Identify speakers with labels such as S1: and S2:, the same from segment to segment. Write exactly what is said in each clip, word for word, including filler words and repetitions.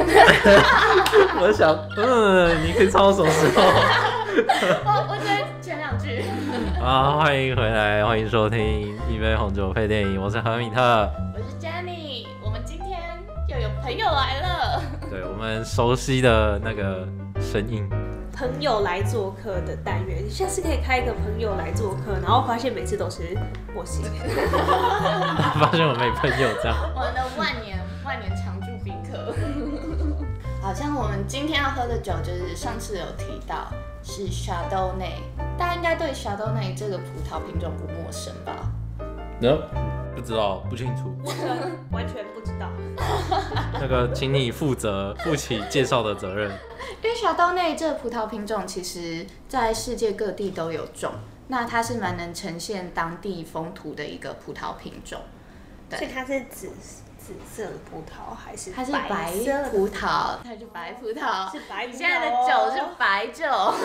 S1: 我想，嗯，你可以唱到什么时候？
S2: 我我只会前两句。
S1: 啊，欢迎回来，欢迎收听一杯红酒配电影，我是何米特，
S2: 我是 Jenny， 我们今天又有朋友来了。
S1: 对，我们熟悉的那个声音。
S3: 朋友来做客的单元，下次可以开一个朋友来做客，然后发现每次都是我系列，
S1: 发现我没朋友这样。
S2: 我们的万年万年常驻宾客。好像我们今天要喝的酒，就是上次有提到是 Chardonnay， 大家应该对 Chardonnay 这个葡萄品种不陌生吧？
S1: No， 不知道，不清楚。
S3: 完全不知道。
S1: 那个，请你负责负起介绍的责任。
S2: 因为 Chardonnay 这个葡萄品种，其实在世界各地都有种，那它是蛮能呈现当地风土的一个葡萄品种。
S3: 所以它是紫紫色的葡萄还是
S2: 它是白葡萄？它是白葡萄，
S3: 是白葡萄。
S2: 现在的酒是白酒。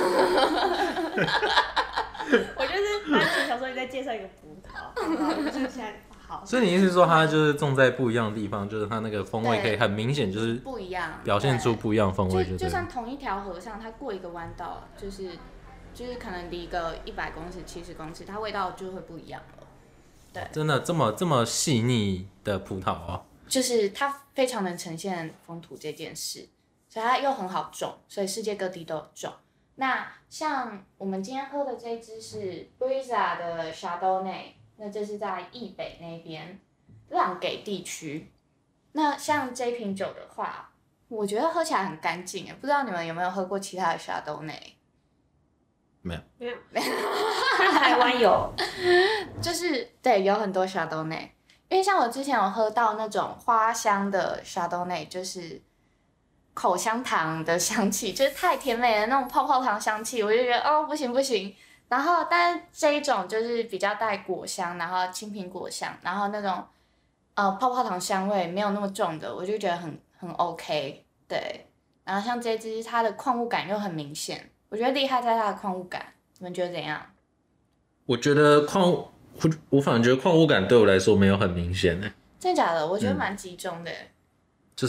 S3: 我就是单纯想说你在介绍一个葡萄，就是现在。
S1: 所以你意思是说，它就是种在不一样的地方，就是它那个风味可以很明显，就是
S2: 不一样，
S1: 表现出不一样的风味就。
S2: 就就算同一条河上，它过一个弯道，就是就是可能离个一百公尺、七十公尺，它味道就会不一样了。对，
S1: 真的这么这么细腻的葡萄啊，
S2: 就是它非常能呈现风土这件事，所以它又很好种，所以世界各地都有种。那像我们今天喝的这一支是 Brisa 的 Chardonnay。那这是在义北那边浪给地区。那像这瓶酒的话，我觉得喝起来很干净诶，不知道你们有没有喝过其他的 Chardonnay？
S1: 没有，
S3: 没有。台湾有，
S2: 就是对，有很多 Chardonnay。因为像我之前有喝到那种花香的 Chardonnay， 就是口香糖的香气，就是太甜美的那种泡泡糖香气，我就觉得哦不行不行。然后，但是这一种就是比较带果香，然后青苹果香，然后那种呃泡泡糖香味没有那么重的，我就觉得很很 OK。对，然后像这支它的矿物感又很明显，我觉得厉害在它的矿物感，你们觉得怎样？
S1: 我觉得矿物，我反而觉得矿物感对我来说没有很明显诶。
S2: 真的假的？我觉得蛮集中的、嗯。
S1: 就是，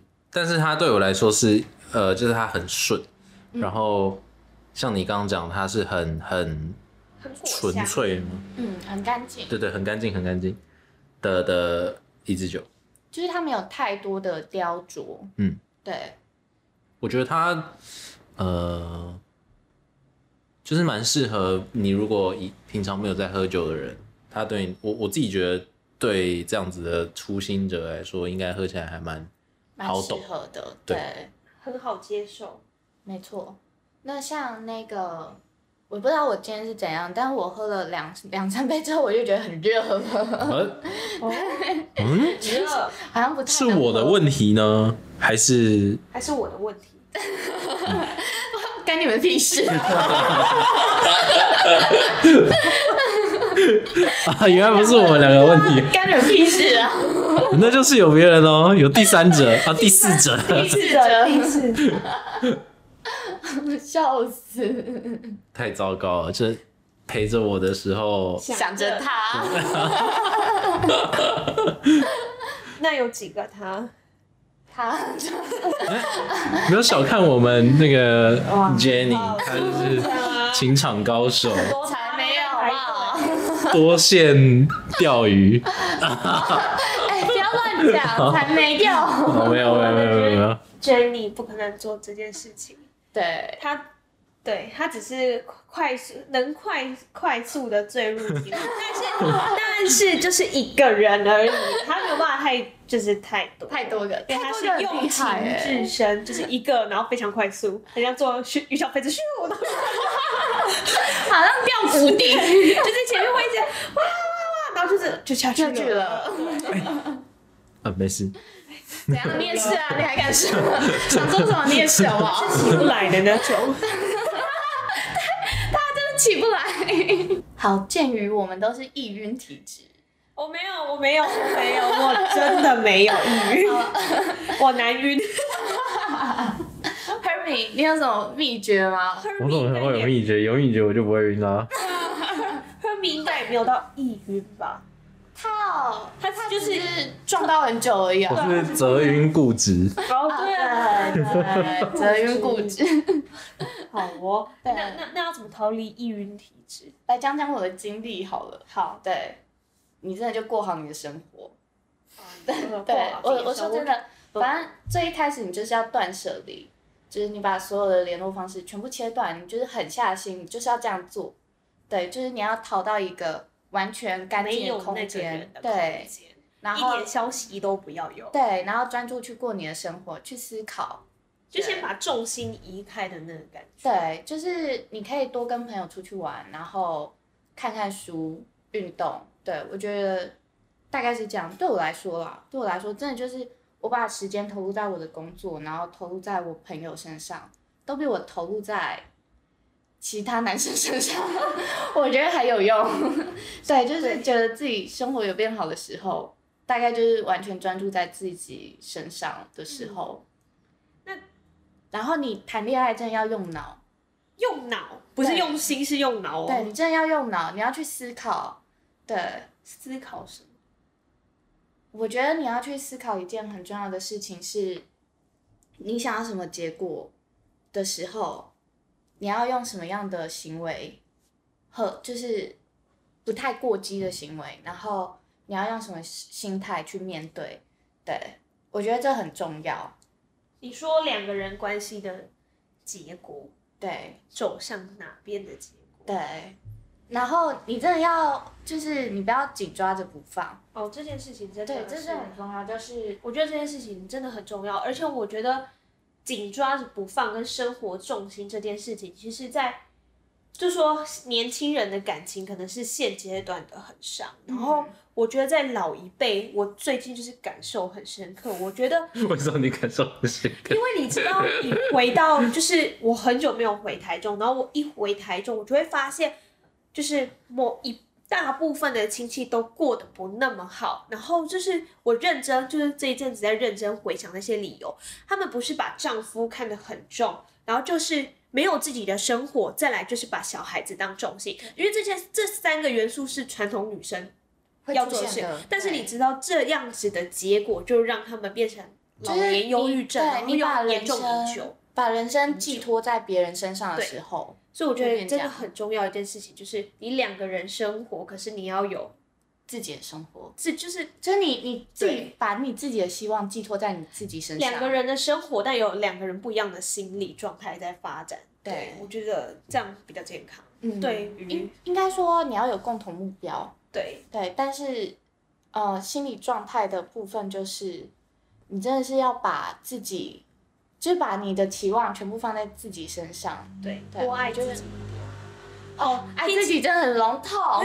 S1: 但是它对我来说是呃，就是它很顺，嗯、然后。像你刚刚讲，它是很很纯粹吗？
S2: 嗯，很干净。
S1: 对对，很干净，很干净的的一支酒，
S2: 就是它没有太多的雕琢。嗯，对。
S1: 我觉得它呃，就是蛮适合你，如果平常没有在喝酒的人，它对我我自己觉得对这样子的初心者来说，应该喝起来还蛮好懂，
S2: 蛮适合的，
S1: 对，
S2: 对，
S3: 很好接受，
S2: 没错。那像那个，我不知道我今天是怎样，但是我喝了两两三杯之后，我就觉得很热了。
S1: 嗯，
S3: 热，
S2: 好像不太。
S1: 是我的问题呢，还是
S3: 还是我的问题？
S2: 干你们屁事！啊，
S1: 原来不是我们两个问题，
S2: 干你们屁事啊！
S1: 那就是有别人哦，有第三者啊，第四者，
S2: 第四者，
S3: 第四者。
S2: 笑死！
S1: 太糟糕了，就是陪着我的时候
S2: 想着他。
S3: 那有几个他？
S2: 他
S1: 没有小看我们那个 Jenny， 她就是情场高手，
S2: 才没有好不好？
S1: 多线钓鱼。
S2: 哎，不要乱讲，才没有。
S1: 哦，没有没有没有没有
S3: ，Jenny 不可能做这件事情。
S2: 对
S3: 他，对他只是快速能快快速的坠入题目，但是但是就是一个人而已，他没有办法太就是太多
S2: 太多个，
S3: 对，他是用情至深，就是一个，然后非常快速，很像做鱼小飞子咻，好
S2: 像掉谷底，
S3: 就是前面会一直哇哇哇，然后就是就下去了。
S2: 去了
S1: 啊，没事。
S2: 怎样？你也是啊？你还敢说？想说什么你也是好不好？
S3: 是起不来的那种。
S2: 他真的起不来。好，鉴于我们都是易晕体质，
S3: 我没有，我没有，我没有，我真的没有易晕，我难晕。
S2: Hermy， 你有什么秘诀吗？
S1: 我怎么会有秘诀？有秘诀我就不会晕啦。
S3: Hermy 应该也没有到易晕吧？
S2: 他有，
S3: 他就
S2: 只是撞到很久而已啊。
S1: 我是泽云固执。
S3: 哦，对啊，
S2: 对对，责任固执。
S3: 好哦，
S2: 对
S3: 那那那要怎么逃离易晕体质？
S2: 来讲讲我的经历好了。
S3: 好，
S2: 对，你真的就过好你的生活。对
S3: 对
S2: 对，我我说真的，反正最一开始你就是要断舍离，就是你把所有的联络方式全部切断，你就是狠下心，你就是要这样做。对，就是你要逃到一个完全干净的空间，对，然后
S3: 一点消息都不要有，
S2: 对，然后专注去过你的生活，去思考，
S3: 就先把重心移开的那个感觉。
S2: 对，就是你可以多跟朋友出去玩，然后看看书、运动。对，我觉得大概是这样。对我来说啦，对我来说，真的就是我把时间投入在我的工作，然后投入在我朋友身上，都比我投入在其他男生身上，我觉得还有用。对，就是觉得自己生活有变好的时候，大概就是完全专注在自己身上的时候。
S3: 嗯、那
S2: 然后你谈恋爱真的要用脑，
S3: 用脑不是用心，是用脑哦。
S2: 对，你真的要用脑，你要去思考。对，
S3: 思考什么？
S2: 我觉得你要去思考一件很重要的事情是，你想要什么结果的时候，你要用什么样的行为和就是不太过激的行为，然后你要用什么心态去面对。对，我觉得这很重要。
S3: 你说两个人关系的结果，
S2: 对，
S3: 走向哪边的结果？
S2: 对，然后你真的要就是你不要紧抓着不放。
S3: 哦，这件事情真的
S2: 对，这是很重要，就是
S3: 我觉得这件事情真的很重要，而且我觉得紧抓着不放跟生活重心这件事情，其实在就说年轻人的感情可能是现阶段的很伤，然后我觉得在老一辈，我最近就是感受很深刻。我觉得
S1: 为什么你感受很深刻？
S3: 因为你知道，你回到就是我很久没有回台中，然后我一回台中，我就会发现，就是某一大部分的亲戚都过得不那么好，然后就是我认真，就是这一阵子在认真回想那些理由，他们不是把丈夫看得很重，然后就是没有自己的生活，再来就是把小孩子当重心，因为这件这三个元素是传统女生要做的事，但是你知道这样子的结果就让他们变成老年忧郁症，然后又严重已久，
S2: 把人生寄托在别人身上的时候。
S3: 所以我觉得真的很重要一件事情，就是你两个人生活，可是你要有
S2: 自己的生活，
S3: 这就是
S2: 就是你你自己把你自己的希望寄托在你自己身上。
S3: 两个人的生活，但有两个人不一样的心理状态在发展。
S2: 对，
S3: 对我觉得这样比较健康。
S2: 嗯，
S3: 对，
S2: 应应该说你要有共同目标。
S3: 对
S2: 对，但是呃，心理状态的部分就是你真的是要把自己。就是把你的期望全部放在自己身上，
S3: 对，多爱自己。
S2: 哦，爱自己真的很笼统。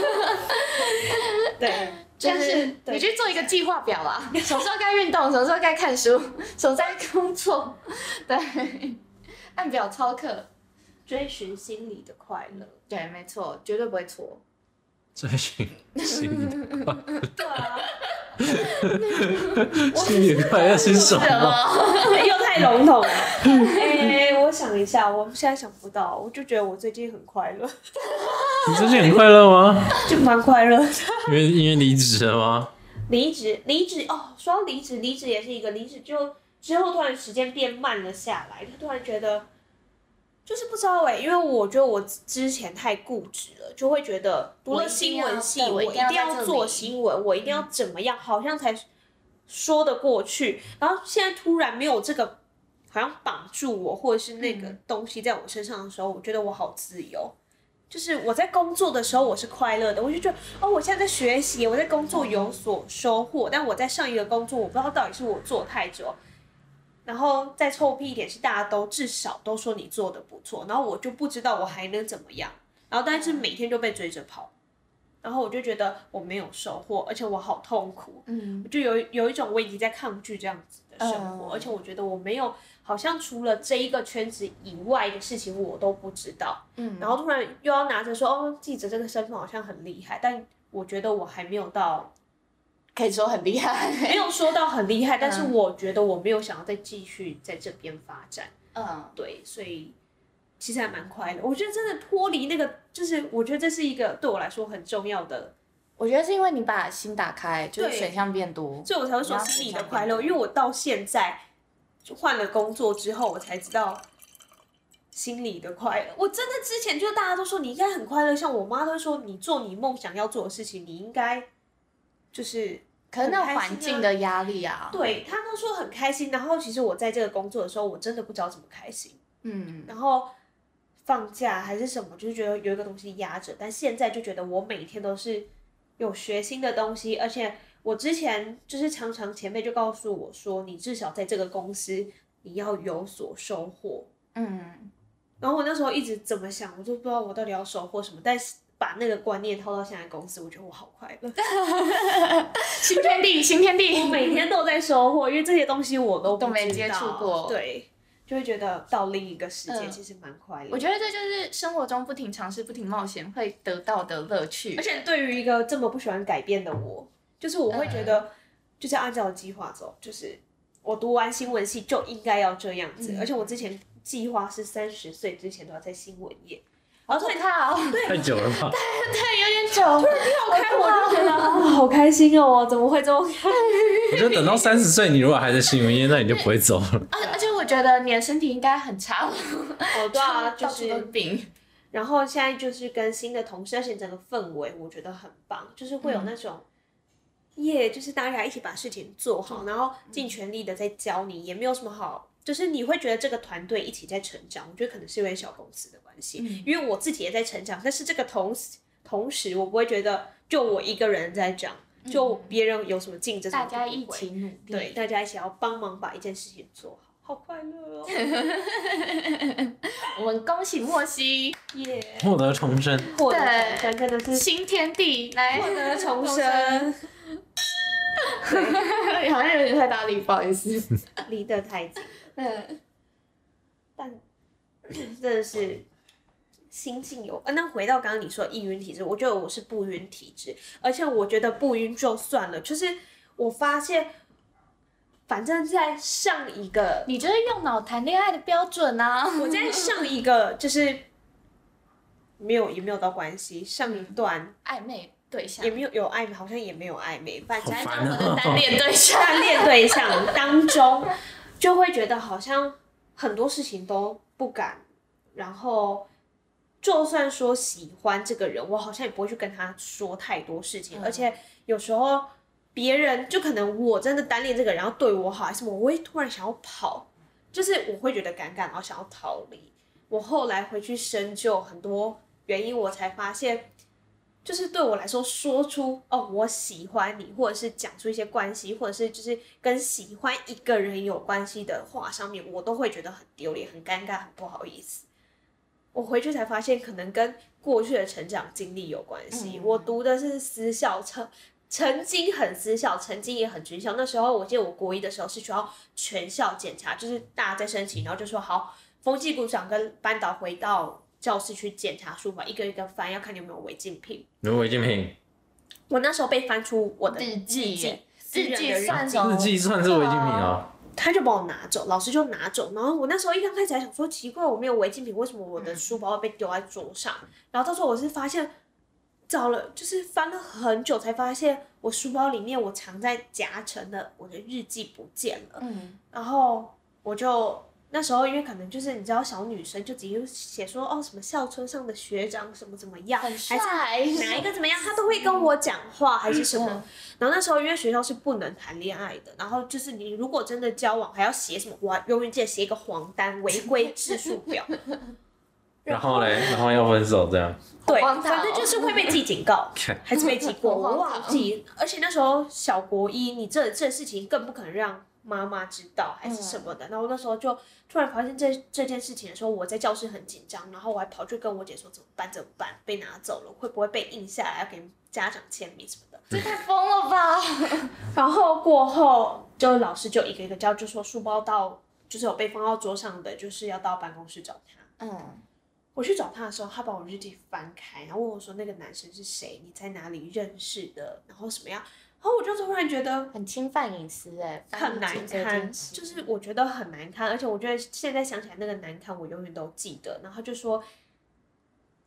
S3: 对，
S2: 就是你去做一个计划表啦，什么时候该运动，什么时候该看书，什么时候该工作，对，按表操课，
S3: 追寻心里的快乐。
S2: 对，没错，绝对不会错。
S1: 追寻心里的快乐。
S3: 对啊。
S1: 心里的快乐是什么？
S3: 又太笼统了。哎、欸，我想一下，我现在想不到，我就觉得我最近很快乐。
S1: 你最近很快乐吗？
S3: 就蛮快乐的。
S1: 因为因为离职了吗？
S3: 离职，离职哦，说到离职，离职也是一个离职，就之后突然时间变慢了下来，他突然觉得。就是不知道哎、欸，因为我觉得我之前太固执了，就会觉得读了新闻系，我一定要做新闻，我一定要怎么样，好像才说得过去。然后现在突然没有这个好像绑住我，或者是那个东西在我身上的时候，我觉得我好自由。就是我在工作的时候我是快乐的，我就觉得哦，我现在在学习，我在工作有所收获，但我在上一个工作，我不知道到底是我做太久。然后再臭屁一点是大家都至少都说你做的不错，然后我就不知道我还能怎么样，然后但是每天就被追着跑，然后我就觉得我没有收获，而且我好痛苦，嗯，我就有有一种我已经在抗拒这样子的生活，嗯、而且我觉得我没有好像除了这一个圈子以外的事情我都不知道，嗯，然后突然又要拿着说哦记者这个身份好像很厉害，但我觉得我还没有到。
S2: 可以说很厉害，
S3: 没有说到很厉害，但是我觉得我没有想要再继续在这边发展。嗯，对，所以其实还蛮快乐。我觉得真的脱离那个，就是我觉得这是一个对我来说很重要的
S2: 我觉得是因为你把心打开，就是
S3: 对
S2: 选项变多，
S3: 所以我才会说心里的快乐。因为我到现在换了工作之后，我才知道心里的快乐。我真的之前就大家都说你应该很快乐，像我妈都会说你做你梦想要做的事情，你应该就是
S2: 可是那种
S3: 很开心啊
S2: 环境的压力啊，
S3: 对，他都说很开心。然后其实我在这个工作的时候，我真的不知道怎么开心。
S2: 嗯，
S3: 然后放假还是什么，就是觉得有一个东西压着。但现在就觉得我每天都是有学新的东西，而且我之前就是常常前辈就告诉我说，你至少在这个公司你要有所收获。
S2: 嗯，
S3: 然后我那时候一直怎么想，我就不知道我到底要收获什么。但是把那个观念套到现在公司，我觉得我好快乐。
S2: 新天地，新天地，
S3: 我每天都在收获，因为这些东西我都不
S2: 都没
S3: 知道
S2: 接触过
S3: 对，就会觉得到另一个世界
S2: 嗯
S3: 其实蛮快乐的。
S2: 我觉得这就是生活中不停尝试、不停冒险会得到的乐趣。
S3: 而且对于一个这么不喜欢改变的我，就是我会觉得，就是按照计划走，就是我读完新闻系就应该要这样子。
S2: 嗯
S3: 而且我之前计划是三十岁之前都要在新闻业，然后突然
S2: 看哦，对
S1: 太久了吧？
S2: 对，有点久，
S3: 跳开我就觉得啊，好开心哦，怎么会这么开？
S1: 我觉得等到三十岁，你如果还在新闻业，那你就不会走了。
S2: 而而且我觉得你的身体应该很差，
S3: 哦，对啊，就
S2: 到处都
S3: 是
S2: 是病。
S3: 然后现在就是跟新的同事，而且整个氛围我觉得很棒，就是会有那种，耶、就是大家一起把事情做好，然后尽全力的在教你，也没有什么好，就是你会觉得这个团队一起在成长。我觉得可能是因为小公司的关系，因为我自己也在成长，但是这个同时同时我不会觉得就我一个人在长，就别人有什么竞争，
S2: 大家一起努力，
S3: 对，大家一起要帮忙把一件事情做好。好快乐哦！
S2: 我们恭喜莫西
S3: 耶，
S1: 获得重生，
S3: 获得重生真的是
S2: 新天地，来
S3: 获得重生，
S2: 好像有点太大力，不好意思。
S3: 离得太近，
S2: 嗯，
S3: 但真的是心境有。呃那回到刚刚你说的易晕体质，我觉得我是不晕体质，而且我觉得不晕就算了，就是我发现。反正在上一个，
S2: 你就是用脑谈恋爱的标准啊！
S3: 我在上一个就是没有也没有到关系，上一段
S2: 暧昧对象
S3: 也没有有暧昧，好像也没有暧昧，反正
S1: 好烦
S2: 我的
S1: 哦
S2: 单恋对象，
S3: 单恋对象当中，就会觉得好像很多事情都不敢，然后就算说喜欢这个人，我好像也不会去跟他说太多事情，
S2: 嗯
S3: 而且有时候。别人就可能我真的单恋这个人，然后对我好还是什么，我会突然想要跑，就是我会觉得尴尬，然后想要逃离。我后来回去深究很多原因，我才发现，就是对我来说，说出哦我喜欢你，或者是讲出一些关系，或者是就是跟喜欢一个人有关系的话上面，我都会觉得很丢脸、很尴尬、很不好意思。我回去才发现，可能跟过去的成长经历有关系。
S2: 嗯、
S3: 我读的是私校成。曾经很私校，曾经也很军校。那时候我记得我国一的时候是需要全校检查，就是大家在申请，然后就说好，风纪股长跟班导回到教室去检查书法，一个一个翻，要看你有没有违禁品。
S1: 有违禁品？
S3: 我那时候被翻出我的
S2: 日
S3: 记，
S2: 记，
S3: 日
S2: 记算
S1: 什么？日记算是违禁品啊？
S3: 他就把我拿走，老师就拿走。然后我那时候一刚开始还想说，奇怪，我没有违禁品，为什么我的书包会被丢在桌上？然后到时候我是发现。找了，就是翻了很久才发现，我书包里面我藏在夹层的我的日记不见了。
S2: 嗯，
S3: 然后我就那时候因为可能就是你知道小女生就直接写说哦什么校村上的学长什么怎么样，
S2: 很帅，
S3: 还是哪一个怎么样，他都会跟我讲话还是什么。
S2: 嗯、
S3: 然后那时候因为学校是不能谈恋爱的，然后就是你如果真的交往还要写什么，我永远记得写一个黄单违规次数表。
S1: 然后嘞，然后要分手这样。
S3: 对，反正就是会被记警告，还是被记过，我忘记。而且那时候小国一，你这这事情更不可能让妈妈知道，还是什么的。嗯、然后那时候就突然发现这这件事情的时候，我在教室很紧张，然后我还跑去跟我姐说怎么办怎么办，被拿走了，会不会被印下来要给家长签名什么的？
S2: 这太疯了吧！
S3: 然后过后，就老师就一个一个教，就说书包到就是有被放到桌上的，就是要到办公室找他。
S2: 嗯。
S3: 我去找他的时候，他把我日记翻开，然后问我说：“那个男生是谁？你在哪里认识的？然后什么样？”然后我就突然觉得
S2: 很侵犯隐私哎，
S3: 很难堪，就是我觉得很难堪，而且我觉得现在想起来那个难堪，我永远都记得。然后就说，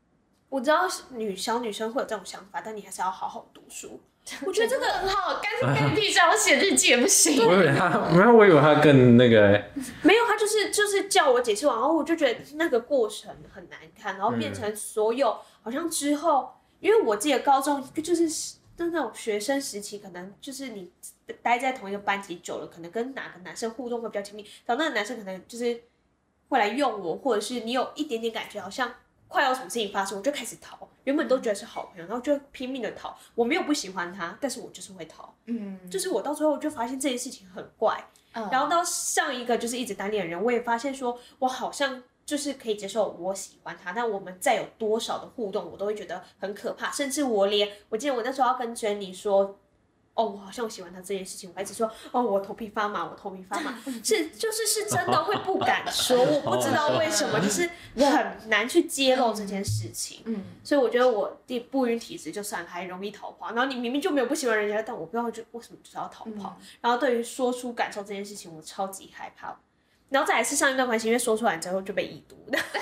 S3: 我知道女小女生会有这种想法，但你还是要好好读书。我觉得这个
S2: 很好，干干屁事，我写日记也不行。
S1: 我以为他，没有，我以为他更那个、欸。
S3: 没有，他就是就是叫我解释完，然后我就觉得那个过程很难看，然后变成所有、嗯、好像之后，因为我记得高中就是那种学生时期，可能就是你待在同一个班级久了，可能跟哪个男生互动会比较亲密，然后那个男生可能就是会来用我，或者是你有一点点感觉好像快要有什么事情发生，我就开始逃。原本都觉得是好朋友，然后就拼命的逃。我没有不喜欢他，但是我就是会逃。嗯，就是我到最后就发现这件事情很怪。嗯，然后到上一个就是一直单恋的人，我也发现说，我好像就是可以接受我喜欢他，但我们再有多少的互动，我都会觉得很可怕。甚至我连我记得我那时候要跟 Jenny 说。哦，我好像我喜欢他这件事情，我还一直说哦，我头皮发麻，我头皮发麻，是就是是真的会不敢说，我不知道为什么，就是很难去揭露这件事情。嗯，所以我觉得我第不孕体质就算还容易逃跑，然后你明明就没有不喜欢人家，但我不知道就为什么就是要逃跑。嗯、然后对于说出感受这件事情，我超级害怕。然后再来是上一段关系，因为说出来之后就被已读的，就是、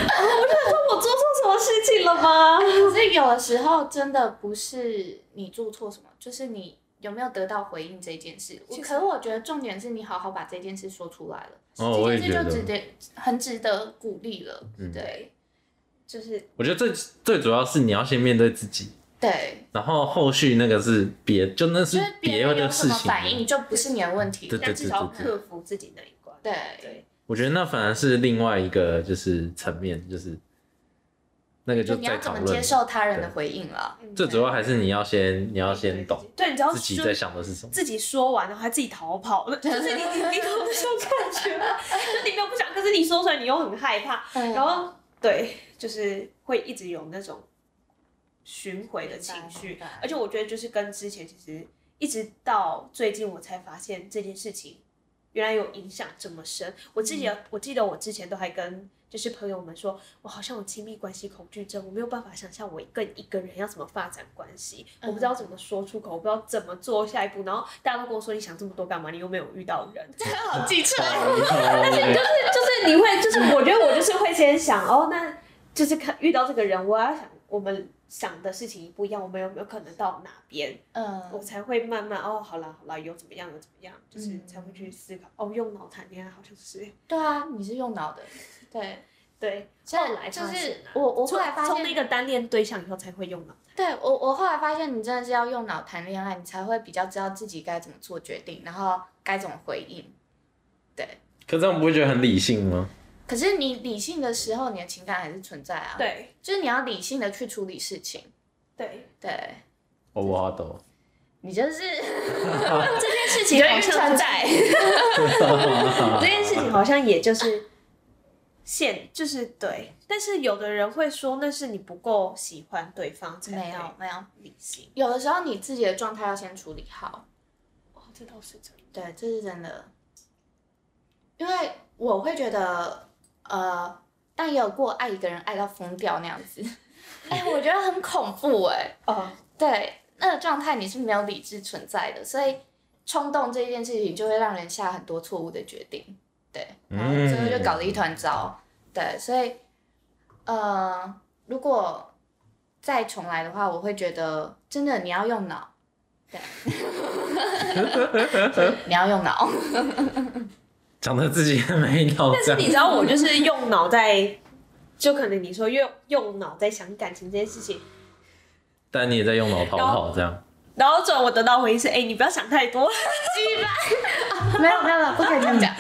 S3: 哦、我就说我做错什么事情了吗？
S2: 可是有的时候真的不是你做错什么，就是你有没有得到回应这件事。可是我觉得重点是你好好把这件事说出来了，
S1: 哦、
S2: 这件事就值得很值得鼓励了。嗯、对，就是
S1: 我觉得最最主要是你要先面对自己。
S2: 对，
S1: 然后后续那个是别，就那是别的事情，
S2: 反应就不是你的问题，
S1: 对对对对，
S3: 至少克服自己那一关。
S2: 对
S3: 对，
S1: 我觉得那反而是另外一个就是层面，就是那个就
S2: 你要怎么接受他人的回应了。
S1: 最主要还是你要先你要先懂，
S3: 对，你知道
S1: 自己在想的是什么，
S3: 自己说完然后还自己逃跑，就是你你你懂那种感觉吗？就你没有不想，可是你说出来你又很害怕，然后对，就是会一直有那种。巡回的情绪，而且我觉得就是跟之前其实一直到最近我才发现这件事情原来有影响这么深。我自己、嗯、我记得我之前都还跟就是朋友们说，我好像有亲密关系恐惧症，我没有办法想象我跟一个人要怎么发展关系，嗯、我不知道怎么说出口，我不知道怎么做下一步，然后大家都跟我说你想这么多干嘛？你又没有遇到人，
S2: 真的好机车。
S3: 但是就是就是你会就是我觉得我就是会先想哦，那就是看遇到这个人，我要想我们。想的事情不一样，我们有没有可能到哪边？嗯，我才会慢慢哦，好啦好啦，有怎么样有怎么样，就是才会去思考。哦，用脑谈恋爱好像是。
S2: 对啊，你是用脑的。对
S3: 对，
S2: 后来就是我我后来发现，
S3: 从那个单恋对象以后才会用脑。
S2: 对我我后来发现，你真的是要用脑谈恋爱，你才会比较知道自己该怎么做决定，然后该怎么回应。对。
S1: 可这样不会觉得很理性吗？
S2: 可是你理性的时候，你的情感还是存在啊。
S3: 对，
S2: 就是你要理性的去处理事情。
S3: 对
S2: 对。
S1: 我我懂。
S2: 你就是
S3: 这件事情好像
S2: 存在。
S3: 这件事情好像也就是现就是对，但是有的人会说那是你不够喜欢对方才
S2: 没有没有
S3: 理性。
S2: 有的时候你自己的状态要先处理好。
S3: 哦，这倒是真的。
S2: 对，这是真的。因为我会觉得。呃，但也有过爱一个人爱到疯掉那样子，哎、欸，我觉得很恐怖哎、欸。哦，对，那个状态你是没有理智存在的，所以冲动这件事情就会让人下很多错误的决定，对，然后最后就搞得一团糟。对，所以呃，如果再重来的话，我会觉得真的你要用脑，对，你要用脑。
S1: 讲的自己没脑，
S3: 但是你知道我就是用脑在，就可能你说用用脑在想感情这件事情，
S1: 但你也在用脑逃跑这样。
S3: 然后转我得到回应是，哎、欸，你不要想太多，
S2: 鸡巴，没有没有没有，不可以这样讲。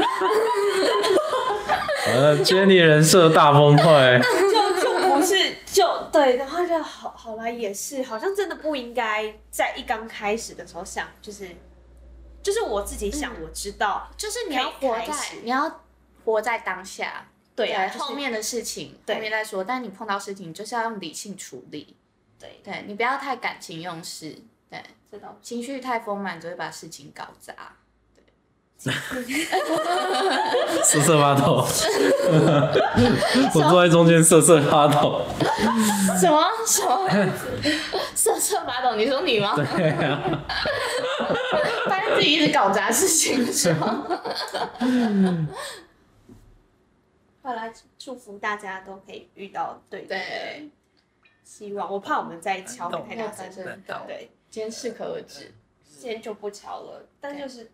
S1: 呃，今天你人设大崩坏，
S3: 就就不是就对，然后就好好啦，也是，好像真的不应该在一刚开始的时候想，就是。就是我自己想，我知道，
S2: 嗯、就是你要活在，你要活在当下，
S3: 对啊，
S2: 对就是、后面的事情后面再说。但你碰到事情，就是要用理性处理，
S3: 对，
S2: 对你不要太感情用事，对，
S3: 知道，
S2: 情绪太丰满就会把事情搞砸，对。
S1: 瑟瑟发抖，我坐在中间瑟瑟发抖。
S2: 什么什么？瑟瑟发抖？你说你吗？
S1: 对啊。
S2: 发现自己一直搞砸事情的时候，
S3: 快来祝福大家都可以遇到对的人。
S2: 对，
S3: 希望我怕我们再敲会太大声，
S2: 真的，
S3: 对，
S2: 今天适可而止，
S3: 今天就不敲了。但就是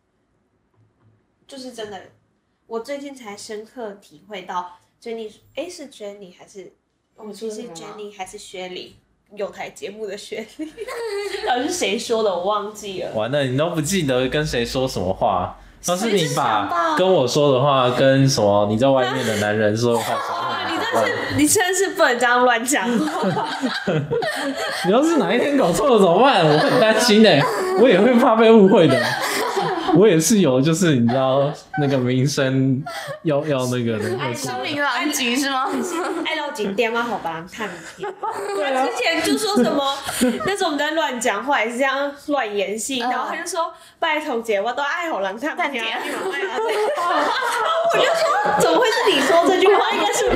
S3: 就是真的，我最近才深刻体会到 Jenny， 哎，是 Jenny 还是我记得是 Jenny 还是薛礼？有台节目的薛礼，到底是谁说的？我忘记了。
S1: 完了，你都不记得跟谁说什么话？都是你把跟我说的话跟什么你在外面的男人说的话
S3: 啊，你真是你真是不能这样乱讲话。
S1: 你要是哪一天搞错了怎么办？我很担心哎、欸，我也会怕被误会的。我也是有，就是你知道那个名声要要那个的，
S2: 声名狼藉是吗？
S3: 爱到景点吗？好吧，看片。他之前就说什么，那时候我们在乱讲话，也是这样乱演戏，然后他就说拜托姐，我都爱好人看片，你们爱啊。我就说怎么会是你说这句话？应该是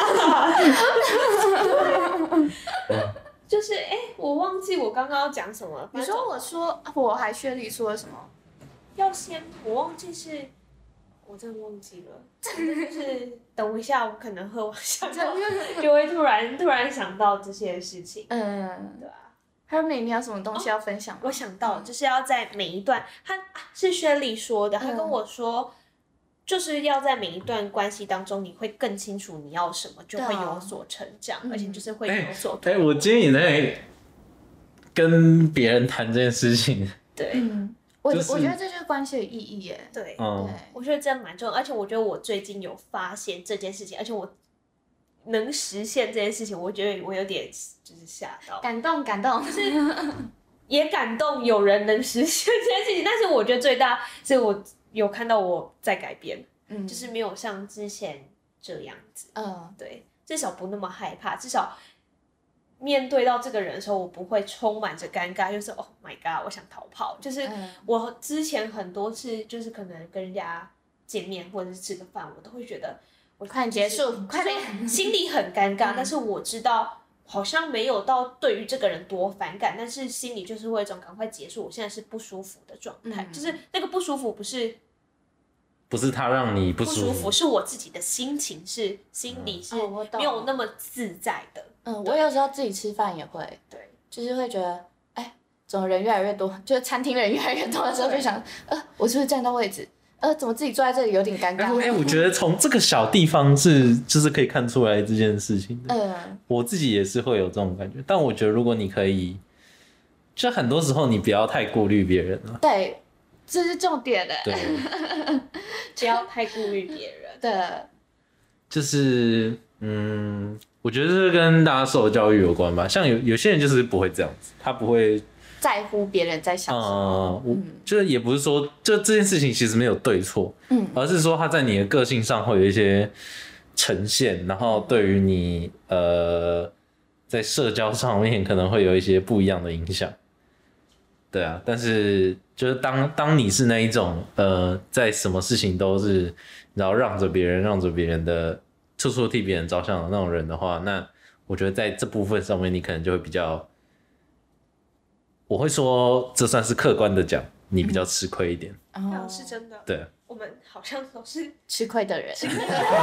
S3: 我吧。就是哎、欸，我忘记我刚刚要讲什么了。
S2: 你说我说我还薛礼说了什么？
S3: 要先，我忘记是，我真的忘记了。就是等一下，我可能喝完想到，就会突然突然想到这些事情。
S2: 嗯，
S3: 对啊。
S2: Hermie， 你有什么东西要分享吗？
S3: 哦、我想到了，就是要在每一段，他是薛礼说的，他跟我说，就是要在每一段关系当中，你会更清楚你要什么，就会有所成长，而且就是会有所。
S1: 哎、欸欸，我今天也在跟别人谈这件事情。
S3: 对。
S2: 嗯我、
S1: 就是、
S2: 我觉得这就是关系的意义耶。
S3: 对，
S1: 嗯、
S3: 对，我觉得真的蛮重要，而且我觉得我最近有发现这件事情，而且我能实现这件事情，我觉得我有点就是吓到，
S2: 感动，感动，
S3: 就是也感动有人能实现这件事情，但是我觉得最大是我有看到我在改变，嗯，就是没有像之前这样子，嗯，对，至少不那么害怕，至少。面对到这个人的时候，我不会充满着尴尬，就是 Oh my God， 我想逃跑。就是我之前很多次，就是可能跟人家见面或者是吃个饭，我都会觉得我
S2: 快点结束，快
S3: 点，心里很尴尬。但是我知道好像没有到对于这个人多反感，但是心里就是会有一种赶快结束，我现在是不舒服的状态，嗯、就是那个不舒服不是。
S1: 不是他让你不舒服，
S3: 不舒服是我自己的心情是心里是没有那么自在的。
S2: 嗯，我有时候自己吃饭也会，对，就是会觉得，哎，怎么人越来越多，就是餐厅人越来越多的时候，就想，呃，我是不是占到位置？呃，怎么自己坐在这里有点尴尬？
S1: 哎、欸，我觉得从这个小地方是就是可以看出来这件事情的。
S2: 嗯，
S1: 我自己也是会有这种感觉，但我觉得如果你可以，就很多时候你不要太顾虑别人了。
S2: 对。这是重点的，
S1: 对，
S3: 不要太顾虑别人。
S2: 对，
S1: 就是嗯，我觉得这跟大家受的教育有关吧。像有有些人就是不会这样子，他不会
S2: 在乎别人在想什么。
S1: 嗯，我就是也不是说，就这件事情其实没有对错，嗯，而是说他在你的个性上会有一些呈现，然后对于你呃在社交上面可能会有一些不一样的影响。对啊，但是就是当当你是那一种呃，在什么事情都是然后让着别人、让着别人的，处处替别人着想的那种人的话，那我觉得在这部分上面，你可能就会比较，我会说这算是客观的讲，你比较吃亏一点。
S3: 嗯、哦，是真的。
S1: 对，
S3: 我们好像都是
S2: 吃亏的人。
S3: 真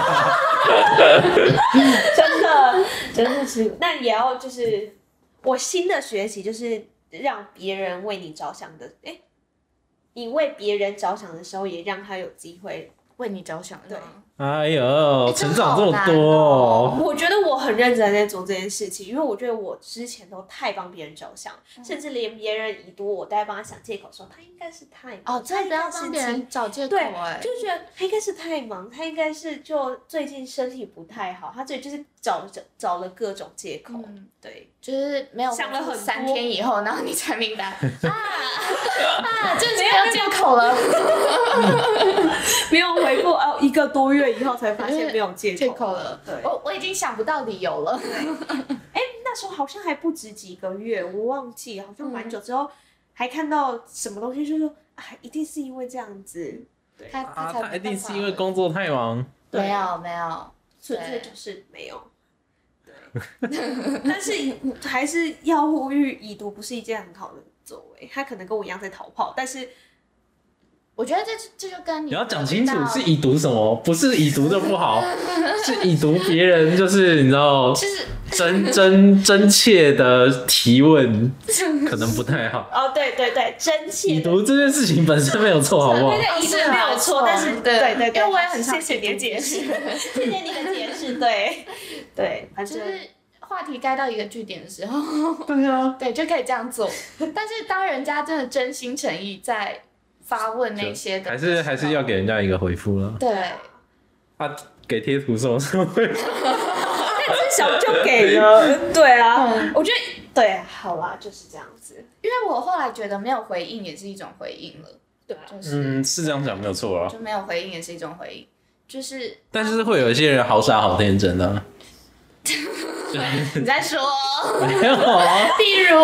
S3: 的，真是吃亏。但也要就是我新的学习就是。让别人为你着想的，哎、欸，你为别人着想的时候，也让他有机会
S2: 为你着想。
S3: 对，
S1: 哎呦，成长这么多、哦，
S3: 我觉得我很认真在做这件事情，因为我觉得我之前都太帮别人着想，嗯、甚至连别人已读我都在帮他想借口说他应该是太
S2: 忙哦，真的不要帮别人找借口哎，
S3: 就觉得他应该是太忙，他应该是就最近身体不太好，他最近就是找找找了各种借口，嗯、对，
S2: 就是没有
S3: 想了很
S2: 三天以后，然后你才明白啊啊，就是没有借口了，
S3: 没有回复哦，一个多月以后才发现没有借口,
S2: 借口了，
S3: 对，
S2: 我我已经想不到理由了。
S3: 哎，那时候好像还不止几个月，我忘记，好像蛮久之后、嗯、还看到什么东西，就说啊，一定是因为这样子，对，
S2: 他他才、
S1: 啊、他一定是因为工作太忙，
S2: 没有没有，
S3: 纯粹就是没有。对，但是还是要呼吁，已读不是一件很好的作为。他可能跟我一样在逃跑，但是
S2: 我觉得这这就跟你
S1: 你要讲清楚是已读什么，不是已读就不好，是已读别人就是你知道，
S2: 就是
S1: 真真真切的提问，可能不太好。
S3: 哦，对对对，真切
S1: 已读这件事情本身没有错，好不好？
S3: 对对，已读没有错，但是
S2: 对
S3: 对对对，
S2: 因为我也很常
S3: 谢谢你的解释，谢谢你的解释，对对，反正
S2: 就是话题该到一个据点的时候，
S1: 对啊，
S2: 对，就可以这样做。但是当人家真的真心诚意在发问那些的，
S1: 还是还是要给人家一个回复了。
S2: 对，
S1: 啊，给贴图什么什么回复？
S3: 至少就给了，对啊，嗯、我觉得对，好啦，就是这样子。
S2: 因为我后来觉得没有回应也是一种回应了，
S3: 对啊，
S2: 就是
S1: 嗯，是这样讲没有错啊，
S2: 就没有回应也是一种回应，就是，
S1: 但是会有一些人好傻好天真啊。
S2: 你在说？
S1: 没有啊，
S2: 例如，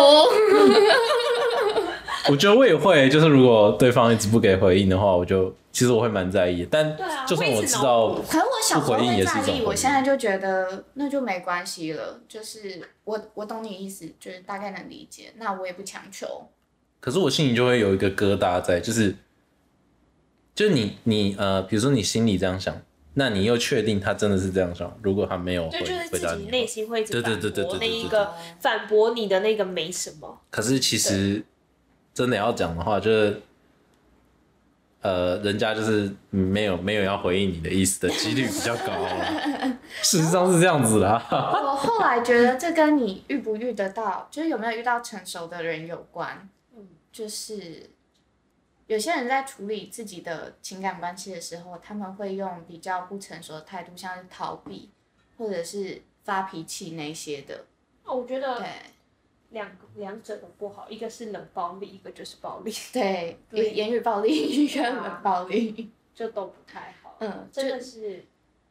S1: 我觉得我也会，就是如果对方一直不给回应的话，我就其实我会蛮在意的。但就算我知道，
S2: 可是我小时候会在意，
S1: 我
S2: 我现在就觉得那就没关系了。就是我我懂你意思，就是大概能理解，那我也不强求。
S1: 可是我心里就会有一个疙瘩在，就是就是你你呃，比如说你心里这样想。那你又确定他真的是这样想？如果他没有回，
S3: 就就是自己内心会一直
S1: 反驳
S3: 那一个反驳你的那个没什么。
S1: 可是其实真的要讲的话，就是呃，人家就是没有没有要回应你的意思的几率比较高啦。事实上是这样子啦。
S2: 我后来觉得这跟你遇不遇得到，就是有没有遇到成熟的人有关。嗯，就是有些人在处理自己的情感关系的时候，他们会用比较不成熟的态度，像是逃避或者是发脾气那些的。
S3: 哦，我觉得
S2: 对
S3: 两两者都不好，一个是冷暴力，一个就是暴力。
S2: 对，对言语暴力，一个冷暴力，
S3: 就都不太好。
S2: 嗯，
S3: 真的是，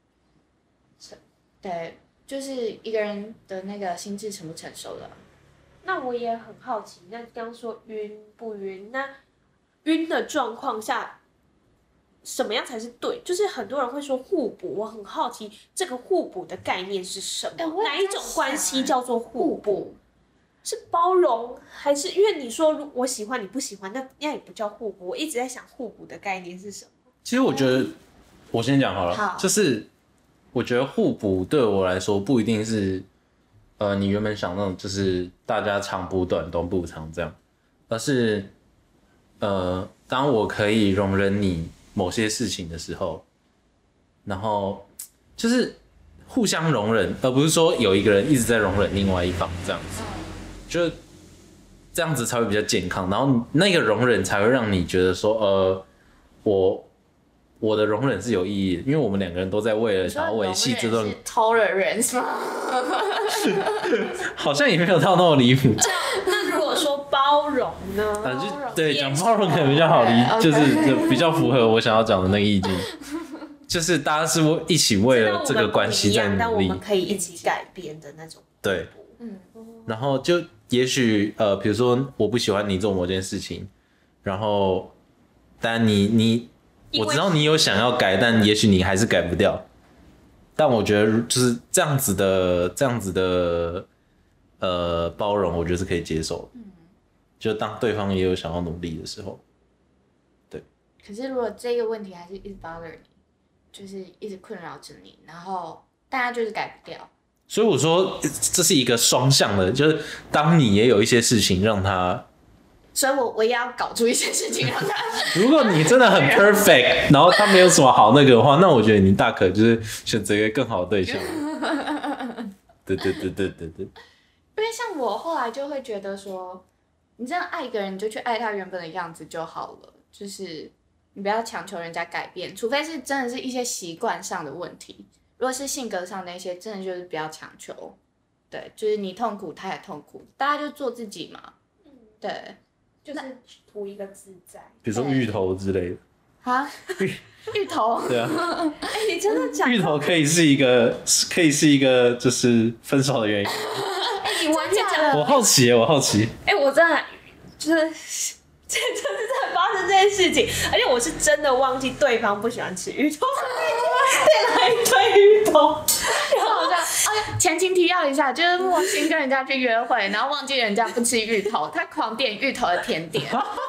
S2: 对，就是一个人的那个心智成不成熟了。
S3: 那我也很好奇，那刚刚说晕不晕，那晕的状况下，什么样才是对？就是很多人会说互补，我很好奇这个互补的概念是什么？欸、哪一种关系叫做互补？是包容，还是因为你说我喜欢你不喜欢，那那也不叫互补？我一直在想互补的概念是什么？
S1: 其实我觉得，我先讲好了，
S2: 好
S1: 就是我觉得互补对我来说不一定是，呃，你原本想那种就是大家长补短，短补长这样，而是。呃，当我可以容忍你某些事情的时候，然后就是互相容忍，而不是说有一个人一直在容忍另外一方这样子，就这样子才会比较健康。然后那个容忍才会让你觉得说，呃，我我的容忍是有意义的，因为我们两个人都在为了想要维系这段。
S2: tolerance 吗？
S1: 好像也没有到那么离谱。
S3: 那如果说包容呢？
S1: 啊，就对，讲包容可能比较好理， okay, 就是就比较符合我想要讲的那个意境，就是大家是一起为了这个关系在努力，
S3: 但我们可以一起改变的那种。
S1: 对，嗯，然后就也许呃，比如说我不喜欢你做某件事情，然后但你你我知道你有想要改，但也许你还是改不掉。但我觉得就是这样子的，这样子的，呃，包容，我觉得是可以接受的。嗯，就当对方也有想要努力的时候，对。
S2: 可是如果这个问题还是一直 bother 你，就是一直困扰着你，然后大家就是改不掉。
S1: 所以我说这是一个双向的，就是当你也有一些事情让他。
S2: 所以我我也要搞出一些事情让他。
S1: 如果你真的很 perfect， 然后他没有什么好那个的话，那我觉得你大可就是选择一个更好的对象。对对对对对对。
S2: 因为像我后来就会觉得说，你这样爱一个人，你就去爱他原本的样子就好了，就是你不要强求人家改变，除非是真的是一些习惯上的问题。如果是性格上的一些，真的就是不要强求。对，就是你痛苦，他也痛苦，大家就做自己嘛。对。
S3: 就是图一个自在，
S1: 比如说芋头之类的
S2: 啊，芋头，
S1: 对啊，
S3: 哎、欸，你真的讲
S1: 芋头可以是一个，可以是一个，就是分手的原因。
S3: 哎、欸，你完全讲了，
S1: 我好奇，我好奇，
S3: 哎、欸，我真的就是，这真的真的发生这件事情，而且我是真的忘记对方不喜欢吃芋头，点了一堆芋头。
S2: 然后我这样，哦，前情提要一下，就是莫欣跟人家去约会，然后忘记人家不吃芋头，他狂点芋头的甜点，对，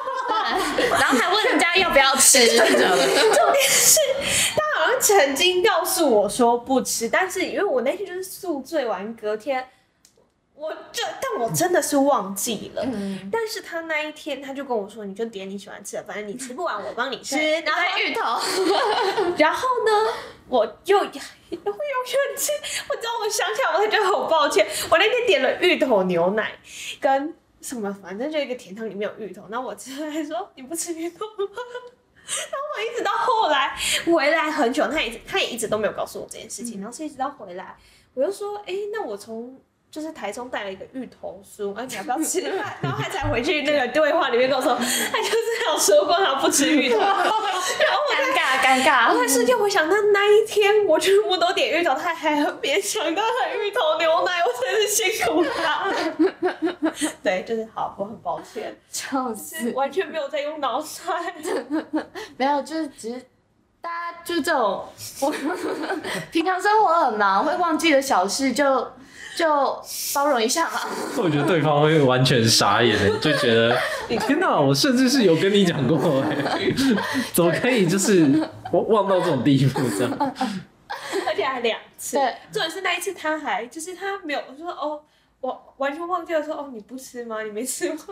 S2: 然后还问人家要不要吃，
S3: 重点是他好像曾经告诉我说不吃，但是因为我那天就是宿醉完，隔天我就但我真的是忘记了。嗯、但是他那一天他就跟我说，你就点你喜欢吃的，反正你吃不完我帮你吃。
S2: 然后芋头，
S3: 然后呢，我就我永远吃，我知道我想起来，我会觉得好抱歉。我那天点了芋头牛奶跟什么，反正就一个甜汤里面有芋头，然后我吃了还说你不吃芋头吗？然后我一直到后来回来很久，他也他也一直都没有告诉我这件事情，然后是一直到回来，我就说，哎、欸，那我从就是台中带了一个芋头酥，而且要不要吃饭？然后他才回去那个对话里面跟我说，他就是有说过他不吃芋头，然后我
S2: 尴尬尴尬。
S3: 我才瞬间回想到那一天我全部都点芋头，他还很勉强到他芋头牛奶，我真是辛苦他。对，就是好，我很抱歉，
S2: 笑死，
S3: 完全没有在用脑袋，
S2: 没有，就是只是大家就这种，我平常生活很忙，会忘记的小事就。就包容一下嘛。
S1: 我觉得对方会完全傻眼的，就觉得天哪，我甚至是有跟你讲过，怎么可以就是忘到这种地步这样？
S3: 而且还两次。
S2: 对，
S3: 重点是那一次他还就是他没有，我说哦，我完全忘记了说哦，你不吃吗？你没吃吗？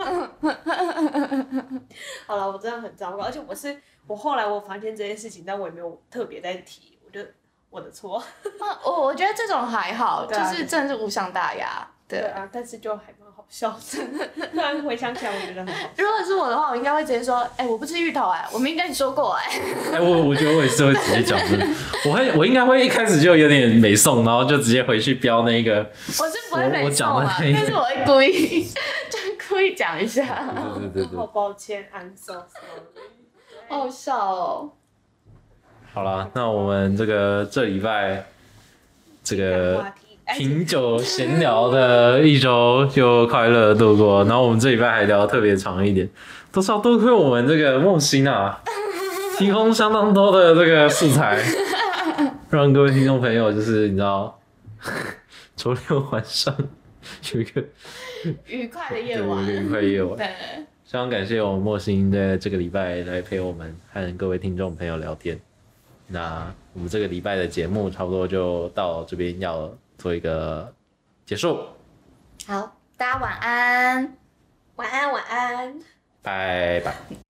S3: 好了，我真的很糟糕，而且我是我后来我发现这件事情，但我也没有特别在提，我就。我的错，
S2: 我我觉得这种还好，
S3: 啊、
S2: 就是真的是无伤大雅。对,
S3: 对啊，但是就还蛮好笑的。突然回想起来，我觉得很好笑。
S2: 如果是我的话，我应该会直接说：“哎、欸，我不吃芋头、欸，哎，我明明跟你说过、欸，哎。”
S1: 哎，我我觉得我也是会直接讲的，我会我应该会一开始就有点美送，然后就直接回去标那个。
S2: 我是不会美送啊，
S1: 那個、
S2: 但是我会故意，就故意讲一下。
S1: 对对对对。
S3: 好抱歉 ，I'm so sorry。
S2: 好笑哦。
S1: 好啦，那我们这个这礼拜。这个品酒闲聊的一周就快乐度过，然后我们这礼拜还聊得特别长一点，都是要多亏我们这个梦欣啊，提供相当多的这个素材，让各位听众朋友就是你知道，周六晚上有一个
S2: 愉快的夜晚，
S1: 对，愉快的夜晚。
S2: 对，
S1: 非常感谢我们梦欣在这个礼拜来陪我们和各位听众朋友聊天。那我们这个礼拜的节目差不多就到这边要做一个结束。
S2: 好，大家晚安，
S3: 晚安，晚安，
S1: 拜拜。